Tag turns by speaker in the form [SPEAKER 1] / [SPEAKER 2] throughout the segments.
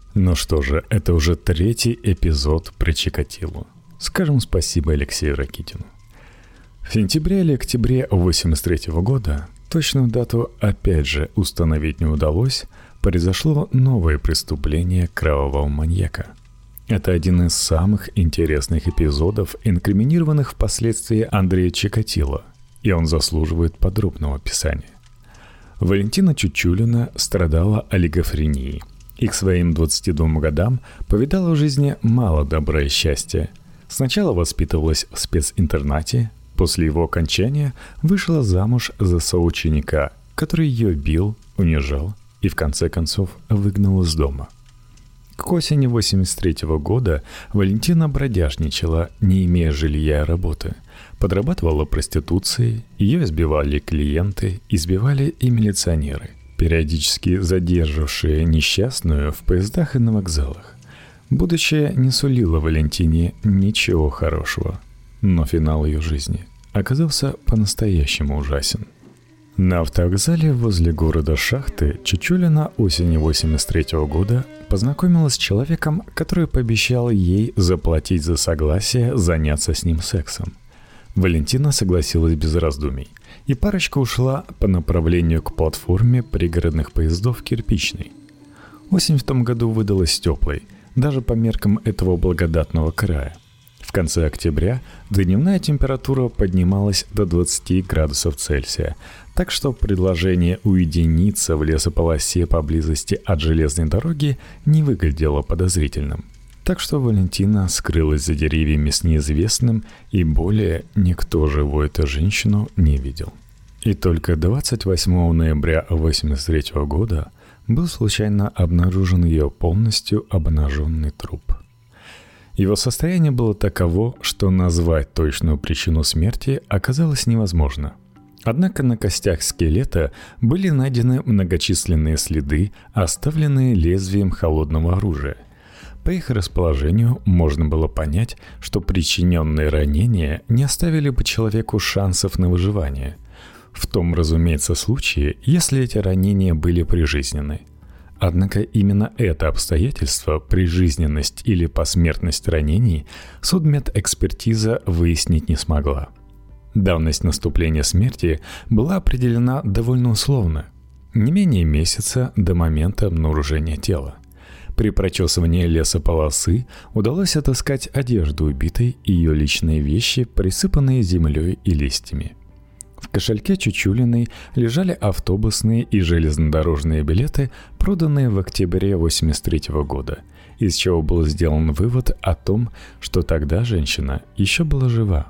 [SPEAKER 1] Ну что же, это уже третий эпизод про Чикатило. Скажем спасибо Алексею Ракитину. В сентябре или октябре 1983 года, точную дату опять же установить не удалось, произошло новое преступление кровавого маньяка. Это один из самых интересных эпизодов, инкриминированных впоследствии Андрея Чикатило, и он заслуживает подробного описания. Валентина Чучулина страдала олигофренией и к своим 22 годам повидала в жизни мало добра и счастья. Сначала воспитывалась в специнтернате, после его окончания вышла замуж за соученика, который ее бил, унижал и в конце концов выгнал из дома. К осени 1983 года Валентина бродяжничала, не имея жилья и работы. Подрабатывала проституцией, ее избивали клиенты, избивали и милиционеры, периодически задержавшие несчастную в поездах и на вокзалах. Будущее не сулило Валентине ничего хорошего, но финал ее жизни оказался по-настоящему ужасен. На автовокзале возле города Шахты Чучулина осенью 1983 года познакомилась с человеком, который пообещал ей заплатить за согласие заняться с ним сексом. Валентина согласилась без раздумий, и парочка ушла по направлению к платформе пригородных поездов Кирпичной. Осень в том году выдалась теплой, даже по меркам этого благодатного края. В конце октября дневная температура поднималась до 20 градусов Цельсия, так что предложение уединиться в лесополосе поблизости от железной дороги не выглядело подозрительным. Так что Валентина скрылась за деревьями с неизвестным, и более никто живой эту женщину не видел. И только 28 ноября 1983 года был случайно обнаружен ее полностью обнаженный труп. Его состояние было таково, что назвать точную причину смерти оказалось невозможно. Однако на костях скелета были найдены многочисленные следы, оставленные лезвием холодного оружия. По их расположению можно было понять, что причиненные ранения не оставили бы человеку шансов на выживание. В том, разумеется, случае, если эти ранения были прижизненны. Однако именно это обстоятельство, прижизненность или посмертность ранений, судмедэкспертиза выяснить не смогла. Давность наступления смерти была определена довольно условно – не менее месяца до момента обнаружения тела. При прочесывании лесополосы удалось отыскать одежду убитой и ее личные вещи, присыпанные землей и листьями. В кошельке Чучулиной лежали автобусные и железнодорожные билеты, проданные в октябре 1983 года, из чего был сделан вывод о том, что тогда женщина еще была жива.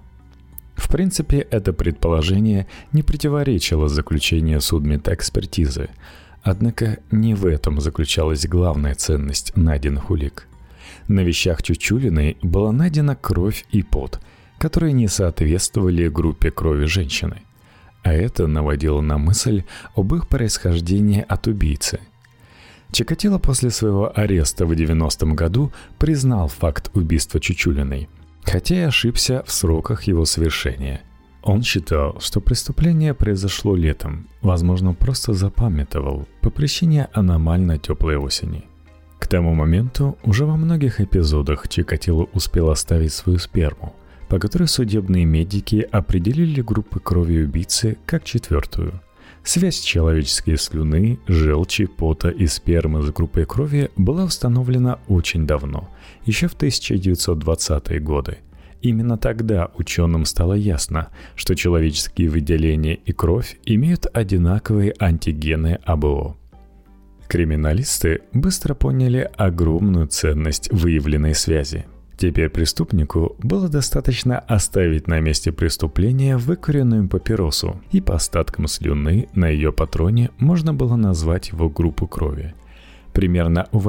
[SPEAKER 1] В принципе, это предположение не противоречило заключению судмедэкспертизы, однако не в этом заключалась главная ценность найденных улик. На вещах Чучулиной была найдена кровь и пот, которые не соответствовали группе крови женщины. А это наводило на мысль об их происхождении от убийцы. Чикатило после своего ареста в 90-м году признал факт убийства Чучулиной, хотя и ошибся в сроках его совершения. Он считал, что преступление произошло летом, возможно, просто запамятовал по причине аномально теплой осени. К тому моменту уже во многих эпизодах Чикатило успел оставить свою сперму, по которой судебные медики определили группы крови убийцы как четвертую. Связь человеческой слюны, желчи, пота и спермы с группой крови была установлена очень давно, еще в 1920-е годы. Именно тогда ученым стало ясно, что человеческие выделения и кровь имеют одинаковые антигены АБО. Криминалисты быстро поняли огромную ценность выявленной связи. Теперь преступнику было достаточно оставить на месте преступления выкуренную папиросу, и по остаткам слюны на ее патроне можно было назвать его группу крови. Примерно у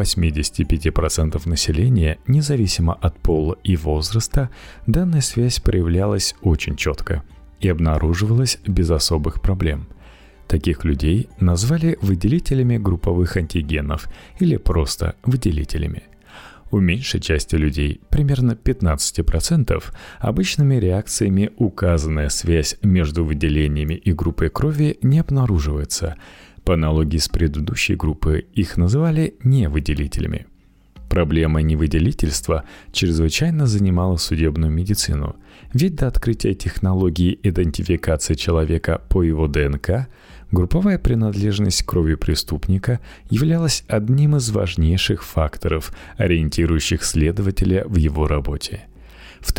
[SPEAKER 1] 85% населения, независимо от пола и возраста, данная связь проявлялась очень четко и обнаруживалась без особых проблем. Таких людей назвали выделителями групповых антигенов или просто выделителями. У меньшей части людей, примерно 15%, обычными реакциями указанная связь между выделениями и группой крови не обнаруживается. По аналогии с предыдущей группой их называли невыделителями. Проблема невыделительства чрезвычайно занимала судебную медицину, ведь до открытия технологии идентификации человека по его ДНК групповая принадлежность крови преступника являлась одним из важнейших факторов, ориентирующих следователя в его работе. В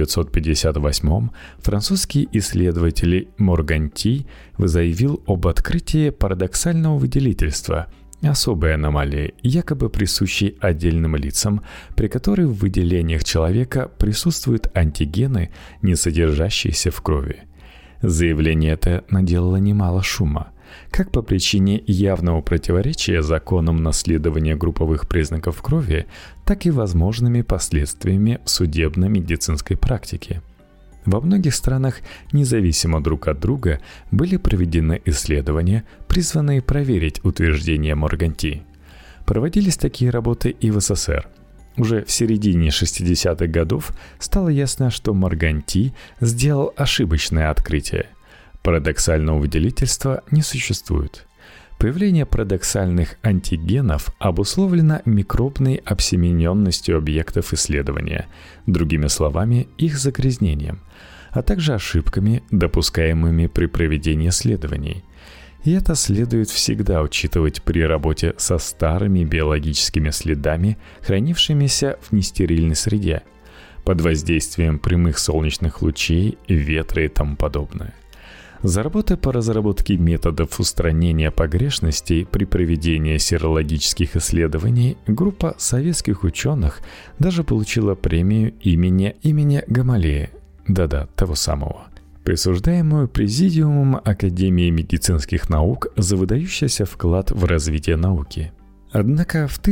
[SPEAKER 1] 1958 французский исследователь Морганти заявил об открытии парадоксального выделительства – особой аномалии, якобы присущей отдельным лицам, при которой в выделениях человека присутствуют антигены, не содержащиеся в крови. Заявление это наделало немало шума, как по причине явного противоречия законам наследования групповых признаков крови, так и возможными последствиями в судебно-медицинской практике. Во многих странах, независимо друг от друга, были проведены исследования, призванные проверить утверждения Морганти. Проводились такие работы и в СССР. Уже в середине 60-х годов стало ясно, что Морганти сделал ошибочное открытие. Парадоксального выделительства не существует. Появление парадоксальных антигенов обусловлено микробной обсемененностью объектов исследования, другими словами, их загрязнением, а также ошибками, допускаемыми при проведении исследований. И это следует всегда учитывать при работе со старыми биологическими следами, хранившимися в нестерильной среде, под воздействием прямых солнечных лучей, ветра и тому подобное. За работой по разработке методов устранения погрешностей при проведении серологических исследований группа советских ученых даже получила премию имени Гамалеи, того самого, присуждаемую Президиумом Академии медицинских наук за выдающийся вклад в развитие науки. Однако в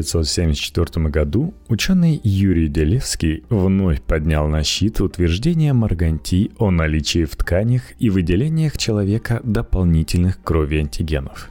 [SPEAKER 1] 1974 году ученый Юрий Делевский вновь поднял на щит утверждение Морганти о наличии в тканях и выделениях человека дополнительных крови антигенов.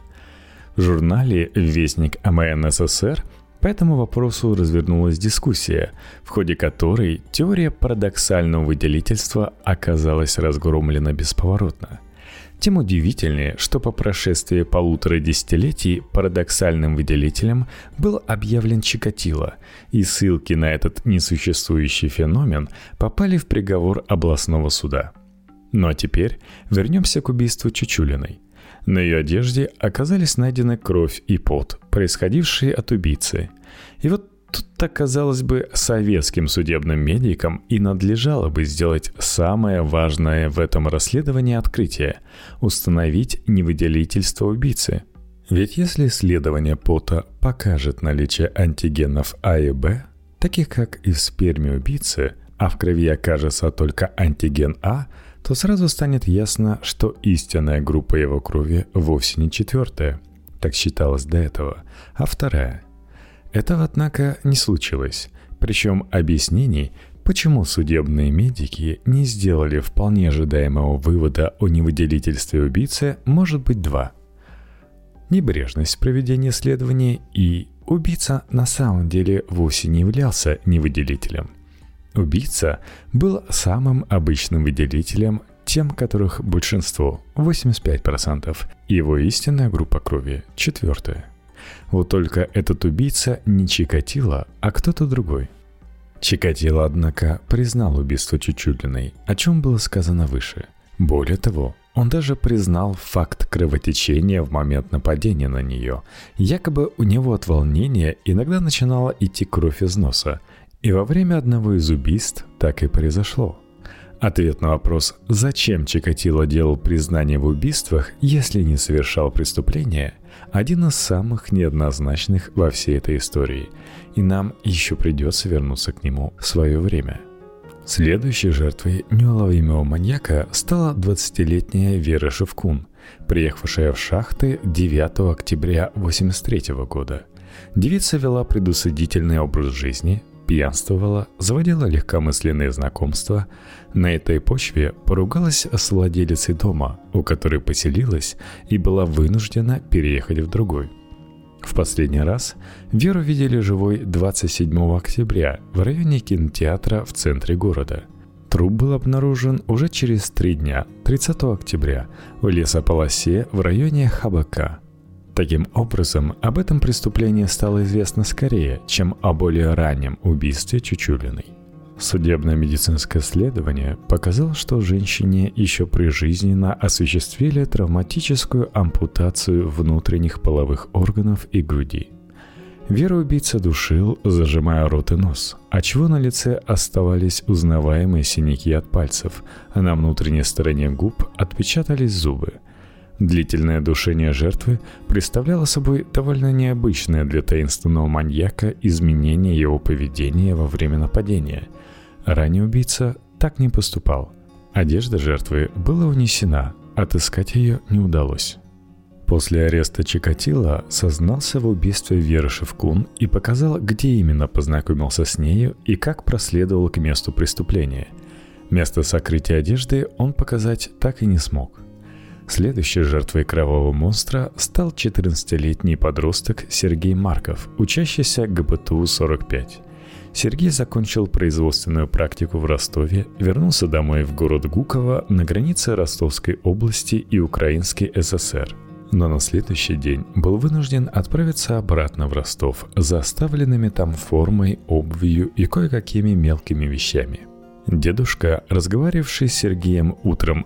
[SPEAKER 1] В журнале «Вестник АМН СССР» по этому вопросу развернулась дискуссия, в ходе которой теория парадоксального выделительства оказалась разгромлена бесповоротно. Тем удивительнее, что по прошествии 1,5 десятилетий парадоксальным выделителем был объявлен Чикатило, и ссылки на этот несуществующий феномен попали в приговор областного суда. Ну а теперь вернемся к убийству Чучулиной. На ее одежде оказались найдены кровь и пот, происходившие от убийцы. И вот тут-то, казалось бы, советским судебным медикам и надлежало бы сделать самое важное в этом расследовании открытие – установить невыделительство убийцы. Ведь если исследование пота покажет наличие антигенов А и Б, таких как и в сперме убийцы, а в крови окажется только антиген А, то сразу станет ясно, что истинная группа его крови вовсе не 4, так считалось до этого, а 2. Этого, однако, не случилось. Причем объяснений, почему судебные медики не сделали вполне ожидаемого вывода о невыделительстве убийцы, может быть 2. Небрежность в проведении исследований и убийца на самом деле вовсе не являлся невыделителем. Убийца был самым обычным выделителем, тем которых большинство, 85%, и его истинная группа крови 4. Вот только этот убийца не Чикатило, а кто-то другой. Чикатило, однако, признал убийство Чучулиной, о чем было сказано выше. Более того, он даже признал факт кровотечения в момент нападения на нее. Якобы у него от волнения иногда начинала идти кровь из носа, и во время одного из убийств так и произошло. Ответ на вопрос, зачем Чикатило делал признание в убийствах, если не совершал преступления, один из самых неоднозначных во всей этой истории, и нам еще придется вернуться к нему в свое время. Следующей жертвой неуловимого маньяка стала 20-летняя Вера Шевкун, приехавшая в шахты 9 октября 1983 года. Девица вела предусудительный образ жизни, пьянствовала, заводила легкомысленные знакомства. На этой почве поругалась с владелицей дома, у которой поселилась, и была вынуждена переехать в другой. В последний раз Веру видели живой 27 октября в районе кинотеатра в центре города. Труп был обнаружен уже через 3 дня, 30 октября, в лесополосе в районе Хабака. Таким образом, об этом преступлении стало известно скорее, чем о более раннем убийстве Чучулиной. Судебно-медицинское исследование показало, что женщине еще прижизненно осуществили травматическую ампутацию внутренних половых органов и груди. Веру убийца душил, зажимая рот и нос, отчего на лице оставались узнаваемые синяки от пальцев, а на внутренней стороне губ отпечатались зубы. Длительное душение жертвы представляло собой довольно необычное для таинственного маньяка изменение его поведения во время нападения. Ранее убийца так не поступал. Одежда жертвы была унесена, отыскать ее не удалось. После ареста Чикатило сознался в убийстве Веры Шевкун и показал, где именно познакомился с нею и как проследовал к месту преступления. Место сокрытия одежды он показать так и не смог. Следующей жертвой кровавого монстра стал 14-летний подросток Сергей Марков, учащийся ГПТУ-45. Сергей закончил производственную практику в Ростове, вернулся домой в город Гуково на границе Ростовской области и Украинской ССР. Но на следующий день был вынужден отправиться обратно в Ростов за оставленными там формой, обувью и кое-какими мелкими вещами. Дедушка, разговаривавший с Сергеем утром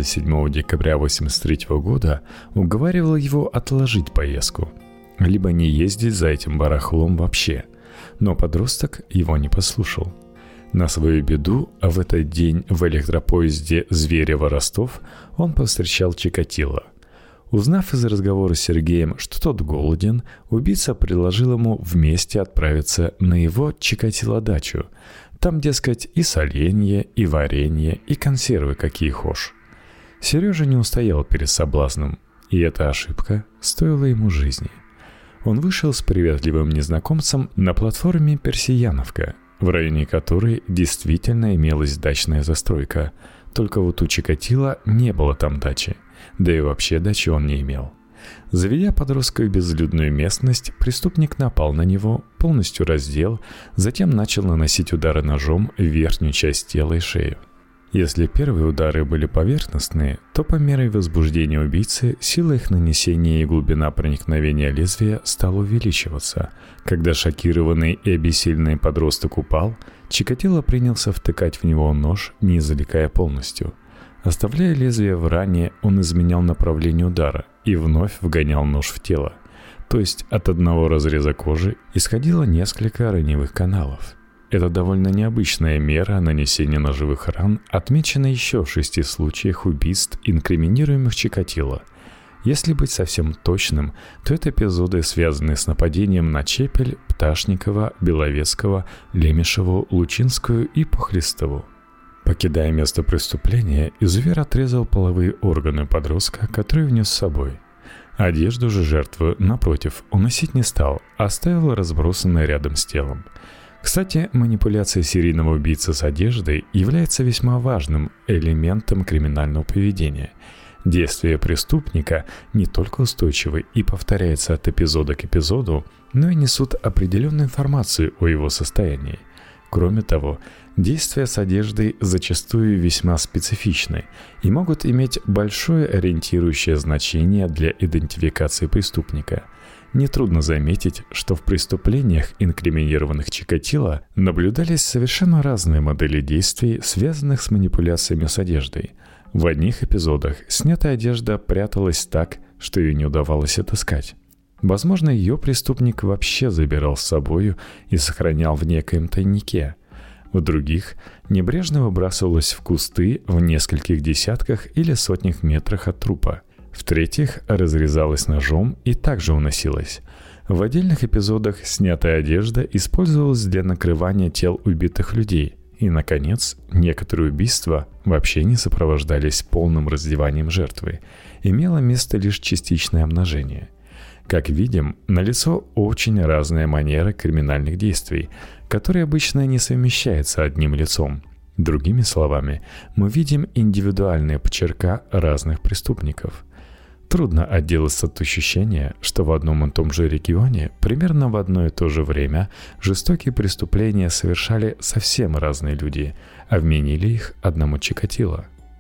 [SPEAKER 1] 27 декабря 1983 года, уговаривал его отложить поездку, либо не ездить за этим барахлом вообще. Но подросток его не послушал. На свою беду, в этот день в электропоезде Зверево-Ростов он повстречал Чикатило. Узнав из разговора с Сергеем, что тот голоден, убийца предложил ему вместе отправиться на его Чикатило-дачу. Там, дескать, и соленье, и варенье, и консервы какие хошь. Сережа не устоял перед соблазном, и эта ошибка стоила ему жизни. Он вышел с приветливым незнакомцем на платформе «Персияновка», в районе которой действительно имелась дачная застройка. Только вот у Чикатило не было там дачи, да и вообще дачи он не имел. Заведя подростка в безлюдную местность, преступник напал на него, полностью раздел, затем начал наносить удары ножом в верхнюю часть тела и шею. Если первые удары были поверхностные, то по мере возбуждения убийцы сила их нанесения и глубина проникновения лезвия стала увеличиваться. Когда шокированный и обессиленный подросток упал, Чикатило принялся втыкать в него нож, не извлекая полностью. Оставляя лезвие в ране, он изменял направление удара и вновь вгонял нож в тело. То есть от одного разреза кожи исходило несколько раневых каналов. Это довольно необычная мера нанесения ножевых ран отмечена еще в 6 случаях убийств, инкриминируемых Чикатило. Если быть совсем точным, то это эпизоды, связанные с нападением на Чепель, Пташникова, Беловецкого, Лемешеву, Лучинскую и Похлестову. Покидая место преступления, изувер отрезал половые органы подростка, который внес с собой. Одежду же жертвы, напротив, уносить не стал, а оставил разбросанной рядом с телом. Кстати, манипуляция серийного убийцы с одеждой является весьма важным элементом криминального поведения. Действия преступника не только устойчивы и повторяются от эпизода к эпизоду, но и несут определенную информацию о его состоянии. Кроме того, действия с одеждой зачастую весьма специфичны и могут иметь большое ориентирующее значение для идентификации преступника. Нетрудно заметить, что в преступлениях, инкриминированных Чикатило, наблюдались совершенно разные модели действий, связанных с манипуляциями с одеждой. В одних эпизодах снятая одежда пряталась так, что ее не удавалось отыскать. Возможно, ее преступник вообще забирал с собою и сохранял в некоем тайнике. В других небрежно выбрасывалось в кусты в нескольких десятках или сотнях метрах от трупа. В-третьих, разрезалась ножом и также уносилась. В отдельных эпизодах снятая одежда использовалась для накрывания тел убитых людей. И, наконец, некоторые убийства вообще не сопровождались полным раздеванием жертвы. Имело место лишь частичное обнажение. Как видим, налицо очень разная манера криминальных действий, которые обычно не совмещаются одним лицом. Другими словами, мы видим индивидуальные почерка разных преступников. Трудно отделаться от ощущения, что в одном и том же регионе, примерно в одно и то же время, жестокие преступления совершали совсем разные люди, а вменили их одному Чикатило.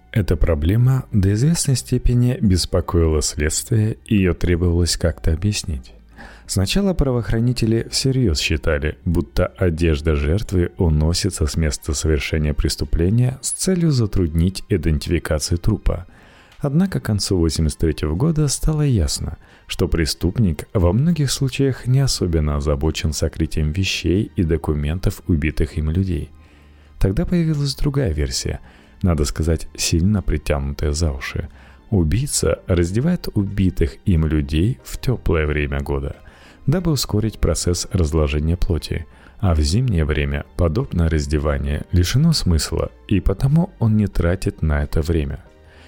[SPEAKER 1] Эта проблема до известной степени беспокоила следствие, и ее требовалось как-то объяснить. Сначала правоохранители всерьез считали, будто одежда жертвы уносится с места совершения преступления с целью затруднить идентификацию трупа. Однако к концу 1983 года стало ясно, что преступник во многих случаях не особенно озабочен сокрытием вещей и документов убитых им людей. Тогда появилась другая версия, надо сказать, сильно притянутая за уши. Убийца раздевает убитых им людей в теплое время года, дабы ускорить процесс разложения плоти, а в зимнее время подобное раздевание лишено смысла, и потому он не тратит на это время.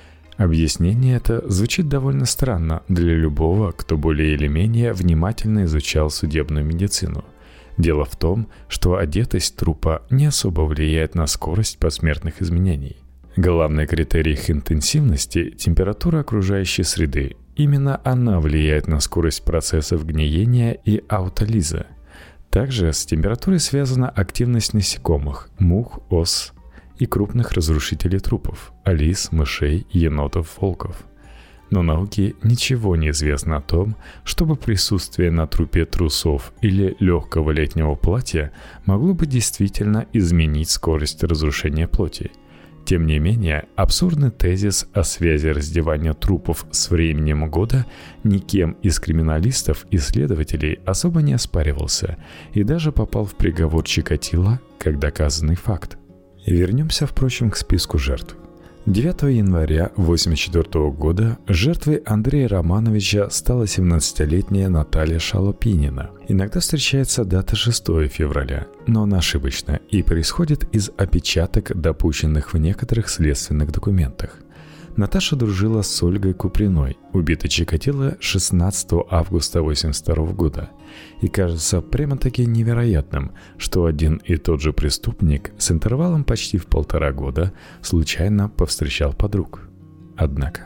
[SPEAKER 1] Объяснение это звучит довольно странно для любого, кто более или менее внимательно изучал судебную медицину. Дело в том, что одетость трупа не особо влияет на скорость посмертных изменений. Главный критерий их интенсивности – температура окружающей среды. Именно она влияет на скорость процессов гниения и аутолиза. Также с температурой связана активность насекомых, мух, ос и крупных разрушителей трупов – лис, мышей, енотов, волков. Но науке ничего не известно о том, чтобы присутствие на трупе трусов или легкого летнего платья могло бы действительно изменить скорость разрушения плоти. Тем не менее, абсурдный тезис о связи раздевания трупов с временем года никем из криминалистов и следователей особо не оспаривался и даже попал в приговор Чикатило как доказанный факт. Вернемся, впрочем, к списку жертв. 9 января 1984 года жертвой Андрея Романовича стала 17-летняя Наталья Шалопинина. Иногда встречается дата 6 февраля, но она ошибочна и происходит из опечаток, допущенных в некоторых следственных документах. Наташа дружила с Ольгой Куприной, убитой Чикатило 16 августа 1982 года. И кажется прямо-таки невероятным, что один и тот же преступник с интервалом почти в 1,5 года случайно повстречал подруг. Однако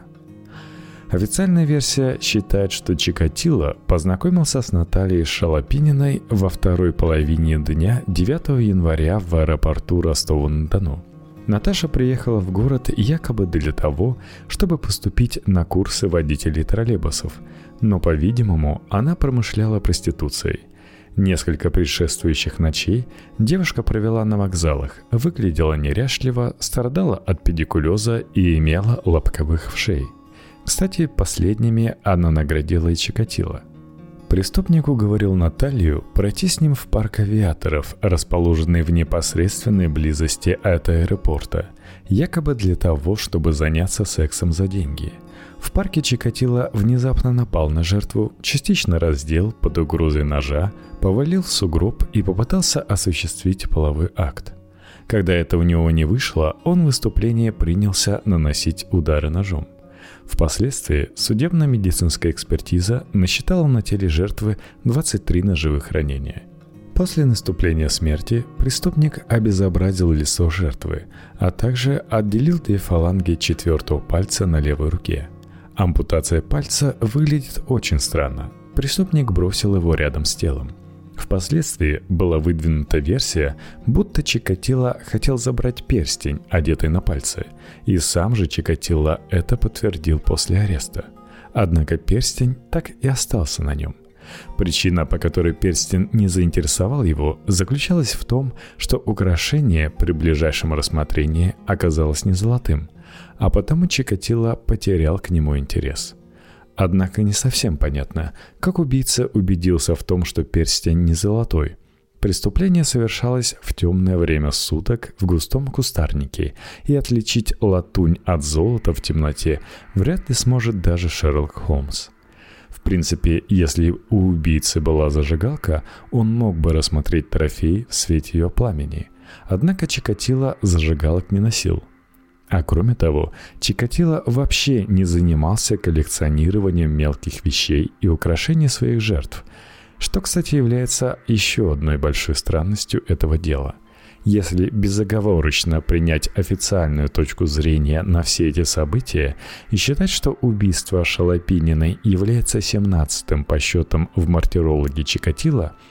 [SPEAKER 1] официальная версия считает, что Чикатило познакомился с Натальей Шалопининой во второй половине дня 9 января в аэропорту Ростова-на-Дону. Наташа приехала в город якобы для того, чтобы поступить на курсы водителей троллейбусов, но, по-видимому, она промышляла проституцией. Несколько предшествующих ночей девушка провела на вокзалах, выглядела неряшливо, страдала от педикулеза и имела лобковых вшей. Кстати, последними она наградила и Чикатило. Преступник уговорил Наталью пройти с ним в парк авиаторов, расположенный в непосредственной близости от аэропорта, якобы для того, чтобы заняться сексом за деньги. В парке Чикатило внезапно напал на жертву, частично раздел под угрозой ножа, повалил в сугроб и попытался осуществить половой акт. Когда это у него не вышло, он в выступлении принялся наносить удары ножом. Впоследствии судебно-медицинская экспертиза насчитала на теле жертвы 23 ножевых ранения. После наступления смерти преступник обезобразил лицо жертвы, а также отделил 2 фаланги 4-го пальца на левой руке. Ампутация пальца выглядит очень странно. Преступник бросил его рядом с телом. Впоследствии была выдвинута версия, будто Чикатило хотел забрать перстень, одетый на пальце, и сам же Чикатило это подтвердил после ареста. Однако перстень так и остался на нем. Причина, по которой перстень не заинтересовал его, заключалась в том, что украшение при ближайшем рассмотрении оказалось не золотым, а потому Чикатило потерял к нему интерес. Однако не совсем понятно, как убийца убедился в том, что перстень не золотой. Преступление совершалось в темное время суток в густом кустарнике, и отличить латунь от золота в темноте вряд ли сможет даже Шерлок Холмс. В принципе, если у убийцы была зажигалка, он мог бы рассмотреть трофей в свете ее пламени. Однако Чикатило зажигалок не носил. А кроме того, Чикатило вообще не занимался коллекционированием мелких вещей и украшений своих жертв, что, кстати, является еще одной большой странностью этого дела. Если безоговорочно принять официальную точку зрения на все эти события и считать, что убийство Шалопининой является 17-м по счетам в мартирологии Чикатило,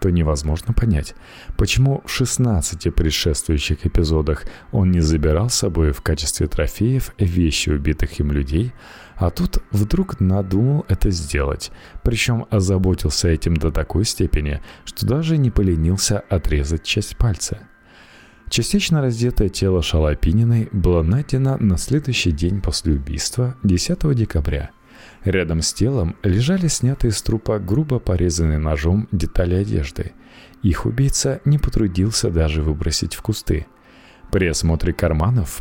[SPEAKER 1] то невозможно понять, почему в 16 предшествующих эпизодах он не забирал с собой в качестве трофеев вещи убитых им людей, а тут вдруг надумал это сделать, причем озаботился этим до такой степени, что даже не поленился отрезать часть пальца. Частично раздетое тело Шалапининой было найдено на следующий день после убийства, 10 декабря. Рядом с телом лежали снятые с трупа грубо порезанные ножом детали одежды. Их убийца не потрудился даже выбросить в кусты. При осмотре карманов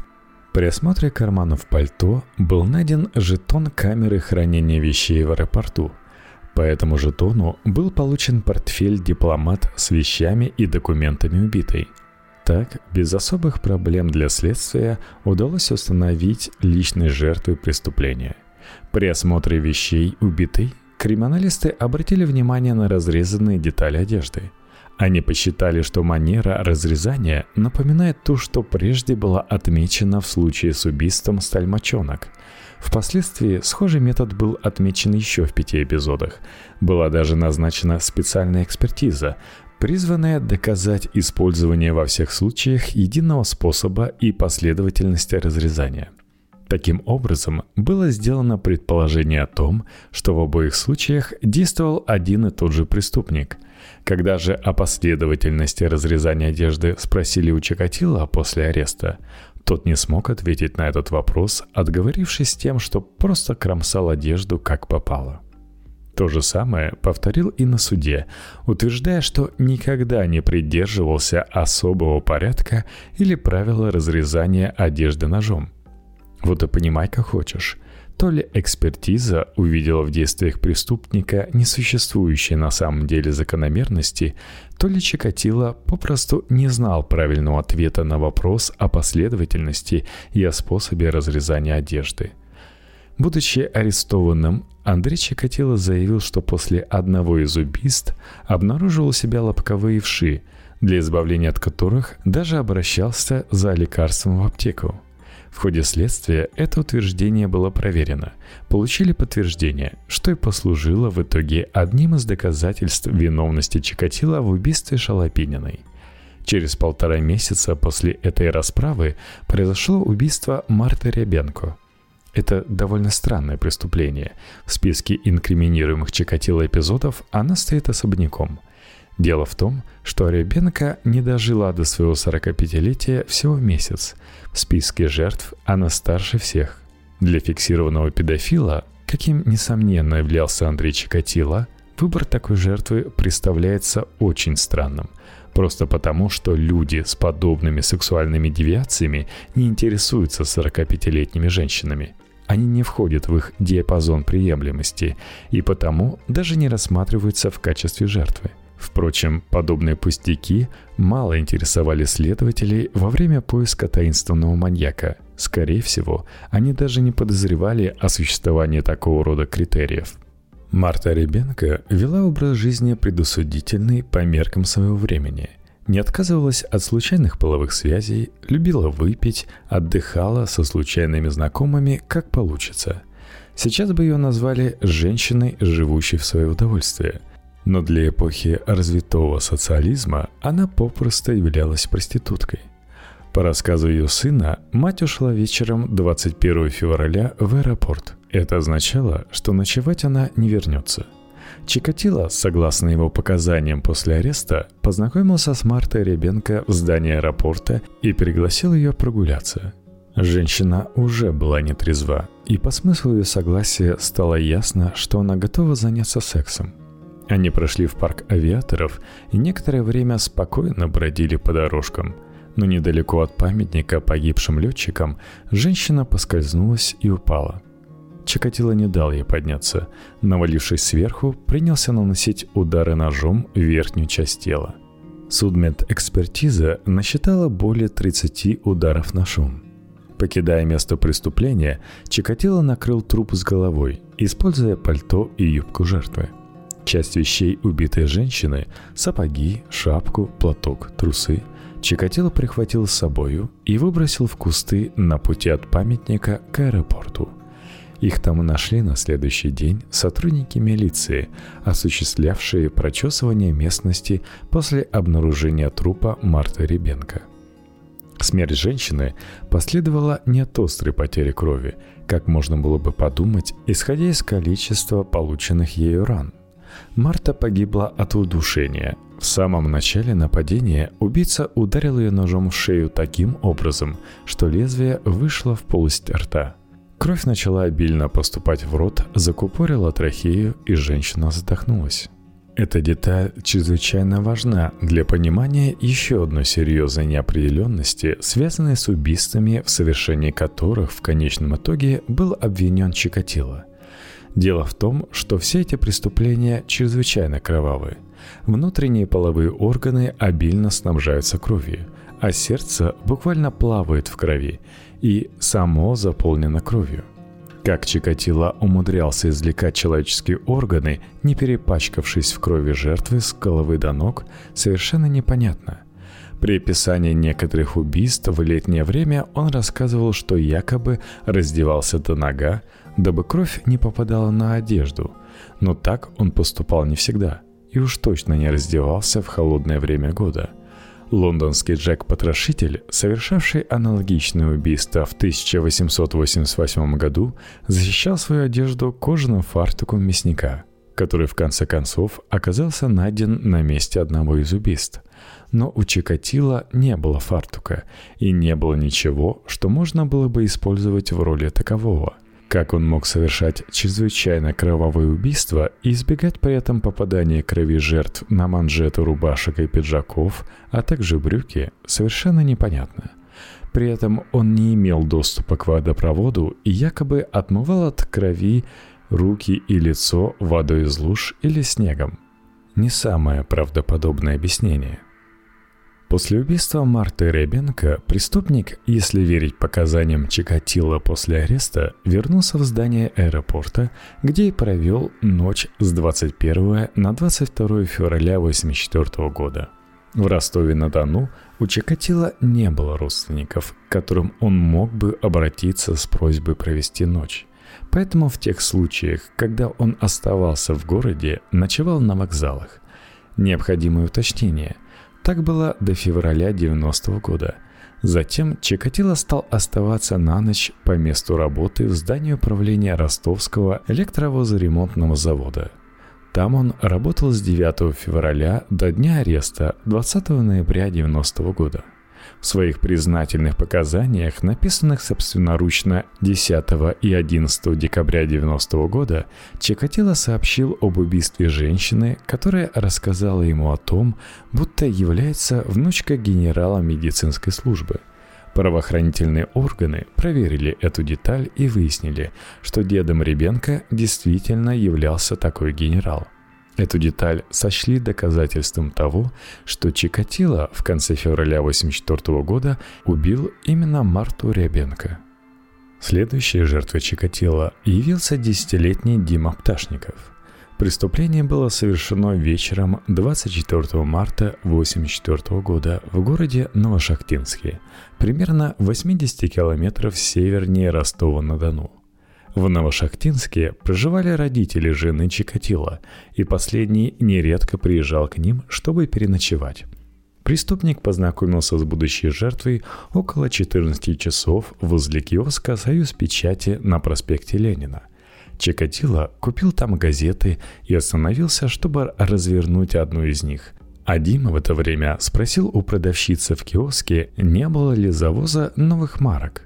[SPEAKER 1] пальто был найден жетон камеры хранения вещей в аэропорту. По этому жетону был получен портфель-дипломат с вещами и документами убитой. Так, без особых проблем для следствия удалось установить личность жертвы преступления. При осмотре вещей убитой криминалисты обратили внимание на разрезанные детали одежды. Они посчитали, что манера разрезания напоминает ту, что прежде была отмечена в случае с убийством стальмочонок. Впоследствии схожий метод был отмечен еще в 5 эпизодах. Была даже назначена специальная экспертиза, призванная доказать использование во всех случаях единого способа и последовательности разрезания. Таким образом, было сделано предположение о том, что в обоих случаях действовал один и тот же преступник. Когда же о последовательности разрезания одежды спросили у Чикатило после ареста, тот не смог ответить на этот вопрос, отговорившись тем, что просто кромсал одежду как попало. То же самое повторил и на суде, утверждая, что никогда не придерживался особого порядка или правила разрезания одежды ножом. Вот и понимай, как хочешь. То ли экспертиза увидела в действиях преступника несуществующие на самом деле закономерности, то ли Чикатило попросту не знал правильного ответа на вопрос о последовательности и о способе разрезания одежды. Будучи арестованным, Андрей Чикатило заявил, что после одного из убийств обнаружил у себя лобковые вши, для избавления от которых даже обращался за лекарством в аптеку. В ходе следствия это утверждение было проверено. Получили подтверждение, что и послужило в итоге одним из доказательств виновности Чикатило в убийстве Шалапининой. Через 1,5 месяца после этой расправы произошло убийство Марты Ребенко. Это довольно странное преступление. В списке инкриминируемых Чикатило эпизодов она стоит особняком. Дело в том, что Ребенко не дожила до своего 45-летия всего месяц. В списке жертв она старше всех. Для фиксированного педофила, каким, несомненно, являлся Андрей Чикатило, выбор такой жертвы представляется очень странным. Просто потому, что люди с подобными сексуальными девиациями не интересуются 45-летними женщинами. Они не входят в их диапазон приемлемости и потому даже не рассматриваются в качестве жертвы. Впрочем, подобные пустяки мало интересовали следователей во время поиска таинственного маньяка. Скорее всего, они даже не подозревали о существовании такого рода критериев. Марта Ребенко вела образ жизни предосудительный по меркам своего времени. Не отказывалась от случайных половых связей, любила выпить, отдыхала со случайными знакомыми, как получится. Сейчас бы ее назвали женщиной, живущей в свое удовольствие. Но для эпохи развитого социализма она попросту являлась проституткой. По рассказу ее сына, мать ушла вечером 21 февраля в аэропорт. Это означало, что ночевать она не вернется. Чикатило, согласно его показаниям после ареста, познакомился с Мартой Ребенко в здании аэропорта и пригласил ее прогуляться. Женщина уже была нетрезва, и по смыслу ее согласия стало ясно, что она готова заняться сексом. Они прошли в парк авиаторов и некоторое время спокойно бродили по дорожкам. Но недалеко от памятника погибшим летчикам женщина поскользнулась и упала. Чикатило не дал ей подняться. Навалившись сверху, принялся наносить удары ножом в верхнюю часть тела. Судмедэкспертиза насчитала более 30 ударов ножом. Покидая место преступления, Чикатило накрыл труп с головой, используя пальто и юбку жертвы. Часть вещей убитой женщины – сапоги, шапку, платок, трусы – Чикатило прихватил с собою и выбросил в кусты на пути от памятника к аэропорту. Их там нашли на следующий день сотрудники милиции, осуществлявшие прочесывание местности после обнаружения трупа Марты Ребенко. Смерть женщины последовала не от острой потери крови, как можно было бы подумать, исходя из количества полученных ею ран. Марта погибла от удушения. В самом начале нападения убийца ударил ее ножом в шею таким образом, что лезвие вышло в полость рта. Кровь начала обильно поступать в рот, закупорила трахею, и женщина задохнулась. Эта деталь чрезвычайно важна для понимания еще одной серьезной неопределенности, связанной с убийствами, в совершении которых в конечном итоге был обвинен Чикатило. Дело в том, что все эти преступления чрезвычайно кровавые. Внутренние половые органы обильно снабжаются кровью, а сердце буквально плавает в крови и само заполнено кровью. Как Чикатило умудрялся извлекать человеческие органы, не перепачкавшись в крови жертвы с головы до ног, совершенно непонятно. При описании некоторых убийств в летнее время он рассказывал, что якобы раздевался до нога, дабы кровь не попадала на одежду. Но так он поступал не всегда, и уж точно не раздевался в холодное время года. Лондонский Джек-потрошитель, совершавший аналогичное убийство в 1888 году, защищал свою одежду кожаным фартуком мясника, который в конце концов оказался найден на месте одного из убийств. Но у Чикатило не было фартука, и не было ничего, что можно было бы использовать в роли такового. Как он мог совершать чрезвычайно кровавые убийства и избегать при этом попадания крови жертв на манжеты рубашек и пиджаков, а также брюки, совершенно непонятно. При этом он не имел доступа к водопроводу и якобы отмывал от крови руки и лицо водой из луж или снегом. Не самое правдоподобное объяснение. После убийства Марты Ребенко преступник, если верить показаниям Чикатило после ареста, вернулся в здание аэропорта, где и провел ночь с 21 на 22 февраля 1984 года. В Ростове-на-Дону у Чикатило не было родственников, к которым он мог бы обратиться с просьбой провести ночь. Поэтому в тех случаях, когда он оставался в городе, ночевал на вокзалах. Необходимое уточнение. Так было до февраля 1990 года. Затем Чикатило стал оставаться на ночь по месту работы в здании управления Ростовского электровозоремонтного завода. Там он работал с 9 февраля до дня ареста 20 ноября 1990 года. В своих признательных показаниях, написанных собственноручно 10 и 11 декабря 1990 года, Чикатило сообщил об убийстве женщины, которая рассказала ему о том, будто является внучкой генерала медицинской службы. Правоохранительные органы проверили эту деталь и выяснили, что дедом Ребенко действительно являлся такой генерал. Эту деталь сочли доказательством того, что Чикатило в конце февраля 1984 года убил именно Марту Ребенко. Следующей жертвой Чикатило явился 10-летний Дима Пташников. Преступление было совершено вечером 24 марта 1984 года в городе Новошахтинске, примерно в 80 километров севернее Ростова-на-Дону. В Новошахтинске проживали родители жены Чикатило, и последний нередко приезжал к ним, чтобы переночевать. Преступник познакомился с будущей жертвой около 14 часов возле киоска «Союз печати» на проспекте Ленина. Чикатило купил там газеты и остановился, чтобы развернуть одну из них. А Дима в это время спросил у продавщицы в киоске, не было ли завоза новых марок.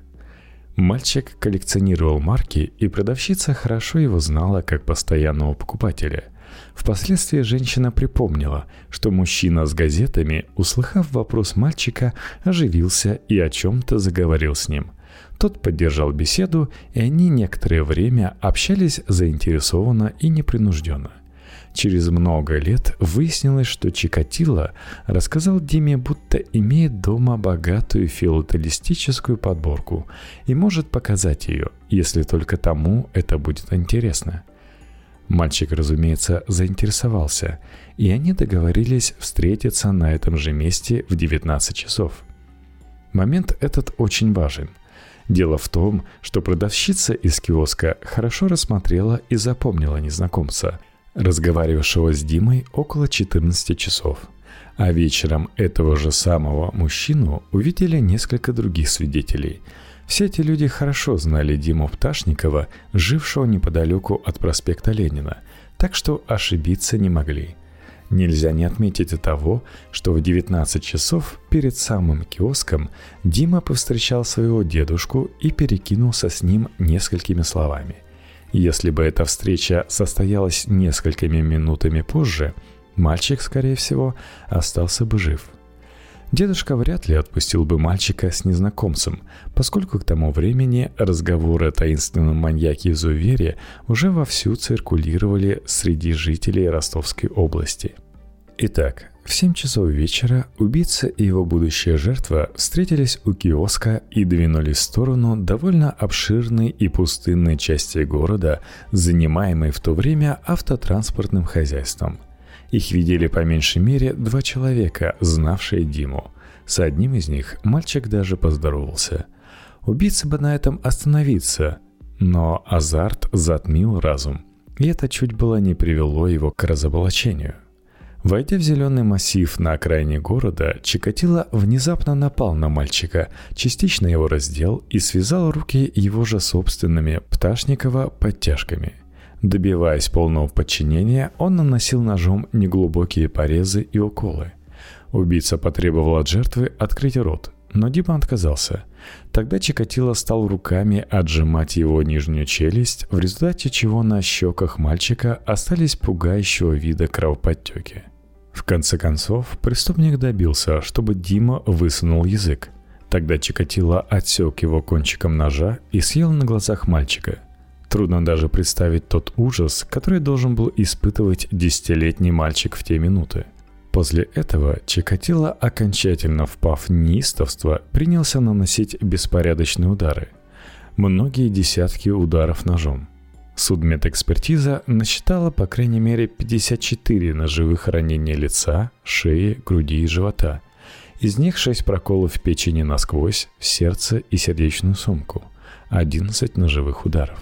[SPEAKER 1] Мальчик коллекционировал марки, и продавщица хорошо его знала как постоянного покупателя. Впоследствии женщина припомнила, что мужчина с газетами, услыхав вопрос мальчика, оживился и о чем-то заговорил с ним. Тот поддержал беседу, и они некоторое время общались заинтересованно и непринужденно. Через много лет выяснилось, что Чикатило рассказал Диме, будто имеет дома богатую филателистическую подборку и может показать ее, если только тому это будет интересно. Мальчик, разумеется, заинтересовался, и они договорились встретиться на этом же месте в 19 часов. Момент этот очень важен. Дело в том, что продавщица из киоска хорошо рассмотрела и запомнила незнакомца, разговаривавшего с Димой около 14 часов. А вечером этого же самого мужчину увидели несколько других свидетелей. Все эти люди хорошо знали Диму Пташникова, жившего неподалеку от проспекта Ленина, так что ошибиться не могли. Нельзя не отметить и того, что в 19 часов перед самым киоском Дима повстречал своего дедушку и перекинулся с ним несколькими словами. Если бы эта встреча состоялась несколькими минутами позже, мальчик, скорее всего, остался бы жив. Дедушка вряд ли отпустил бы мальчика с незнакомцем, поскольку к тому времени разговоры о таинственном маньяке-изувере уже вовсю циркулировали среди жителей Ростовской области. Итак, в 7 часов вечера убийца и его будущая жертва встретились у киоска и двинулись в сторону довольно обширной и пустынной части города, занимаемой в то время автотранспортным хозяйством. Их видели по меньшей мере 2 человека, знавшие Диму. С одним из них мальчик даже поздоровался. Убийца бы на этом остановиться, но азарт затмил разум, и это чуть было не привело его к разоблачению. Войдя в зеленый массив на окраине города, Чикатило внезапно напал на мальчика, частично его раздел и связал руки его же собственными Пташникова подтяжками. Добиваясь полного подчинения, он наносил ножом неглубокие порезы и уколы. Убийца потребовал от жертвы открыть рот, но Дима отказался. Тогда Чикатило стал руками отжимать его нижнюю челюсть, в результате чего на щеках мальчика остались пугающего вида кровоподтеки. В конце концов, преступник добился, чтобы Дима высунул язык. Тогда Чикатило отсек его кончиком ножа и съел на глазах мальчика. Трудно даже представить тот ужас, который должен был испытывать 10-летний мальчик в те минуты. После этого Чикатило, окончательно впав в неистовство, принялся наносить беспорядочные удары. Многие десятки ударов ножом. Судмедэкспертиза насчитала по крайней мере 54 ножевых ранения лица, шеи, груди и живота. Из них 6 проколов в печени насквозь, в сердце и сердечную сумку, 11 ножевых ударов.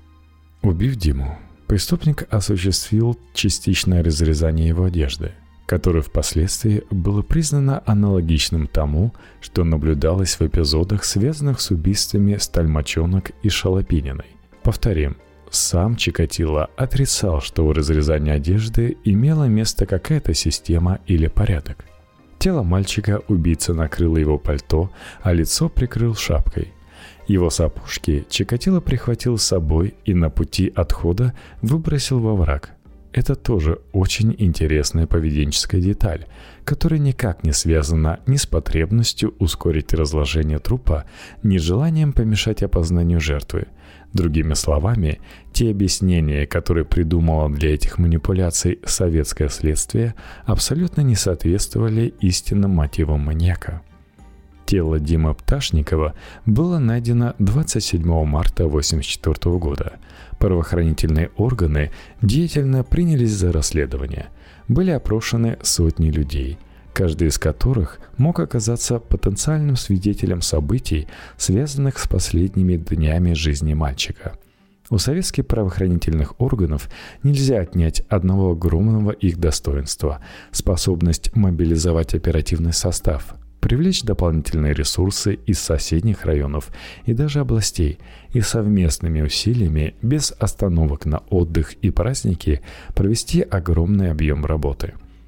[SPEAKER 1] Убив Диму, преступник осуществил частичное разрезание его одежды, которое впоследствии было признано аналогичным тому, что наблюдалось в эпизодах, связанных с убийствами Стальмачонок и Шалопининой. Повторим, сам Чикатило отрицал, что в разрезании одежды имела место какая-то система или порядок. Тело мальчика убийца накрыло его пальто, а лицо прикрыл шапкой. Его сапожки Чикатило прихватил с собой и на пути отхода выбросил во враг. Это тоже очень интересная поведенческая деталь, которая никак не связана ни с потребностью ускорить разложение трупа, ни с желанием помешать опознанию жертвы. Другими словами, те объяснения, которые придумало для этих манипуляций советское следствие, абсолютно не соответствовали истинным мотивам маньяка. Тело Димы Пташникова было найдено 27 марта 1984 года. Правоохранительные органы деятельно принялись за расследование. Были опрошены сотни людей, каждый из которых мог оказаться потенциальным свидетелем событий, связанных с последними днями жизни мальчика. У советских правоохранительных органов нельзя отнять одного огромного их достоинства – способность мобилизовать оперативный состав, привлечь дополнительные ресурсы из соседних районов и даже областей и совместными усилиями без остановок на отдых и праздники провести огромный объем работы.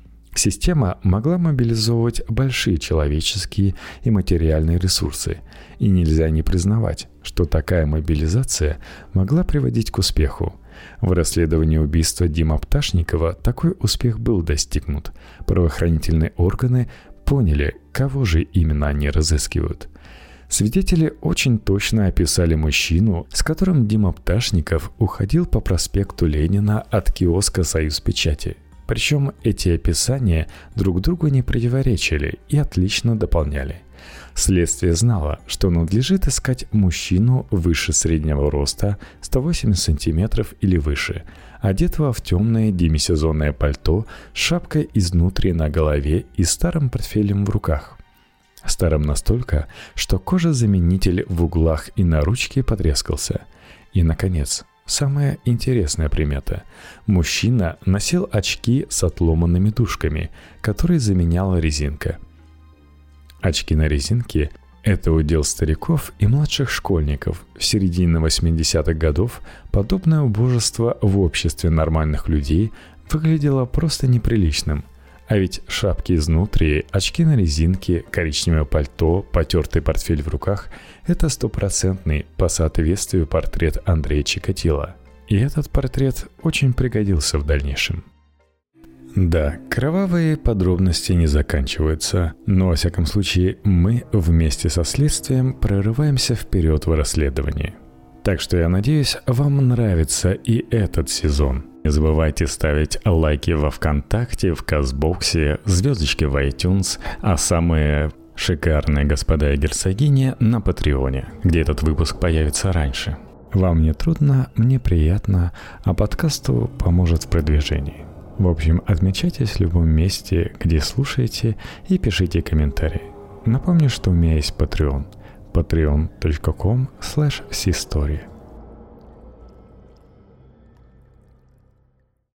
[SPEAKER 1] Система могла мобилизовывать большие человеческие и материальные ресурсы, и нельзя не признавать, что такая мобилизация могла приводить к успеху. В расследовании убийства Димы Пташникова такой успех был достигнут. Правоохранительные органы поняли, кого же именно они разыскивают. Свидетели очень точно описали мужчину, с которым Дима Пташников уходил по проспекту Ленина от киоска «Союз Печати». Причем эти описания друг другу не противоречили и отлично дополняли. Следствие знало, что надлежит искать мужчину выше среднего роста, 180 см или выше, одетого в темное демисезонное пальто с шапкой изнутри на голове и старым портфелем в руках. Старым настолько, что кожезаменитель в углах и на ручке потрескался. И, наконец, самая интересная примета. Мужчина носил очки с отломанными дужками, которые заменяла резинка. Очки на резинке – это удел стариков и младших школьников. В середине 80-х годов подобное убожество в обществе нормальных людей выглядело просто неприличным. А ведь шапки изнутри, очки на резинке, коричневое пальто, потертый портфель в руках – это стопроцентный по соответствию портрет Андрея Чикатило. И этот портрет очень пригодился в дальнейшем. Да, кровавые подробности не заканчиваются, но, во всяком случае, мы вместе со следствием прорываемся вперед в расследовании. Так что я надеюсь, вам нравится и этот сезон. Не забывайте ставить лайки во ВКонтакте, в Казбоксе, звездочки в iTunes, а самые шикарные господа и герцогини на Патреоне, где этот выпуск появится раньше. Вам не трудно, мне приятно, а подкасту поможет в продвижении. В общем, отмечайтесь в любом месте, где слушаете, и пишите комментарии. Напомню, что у меня есть Patreon. patreon.com/Систоria.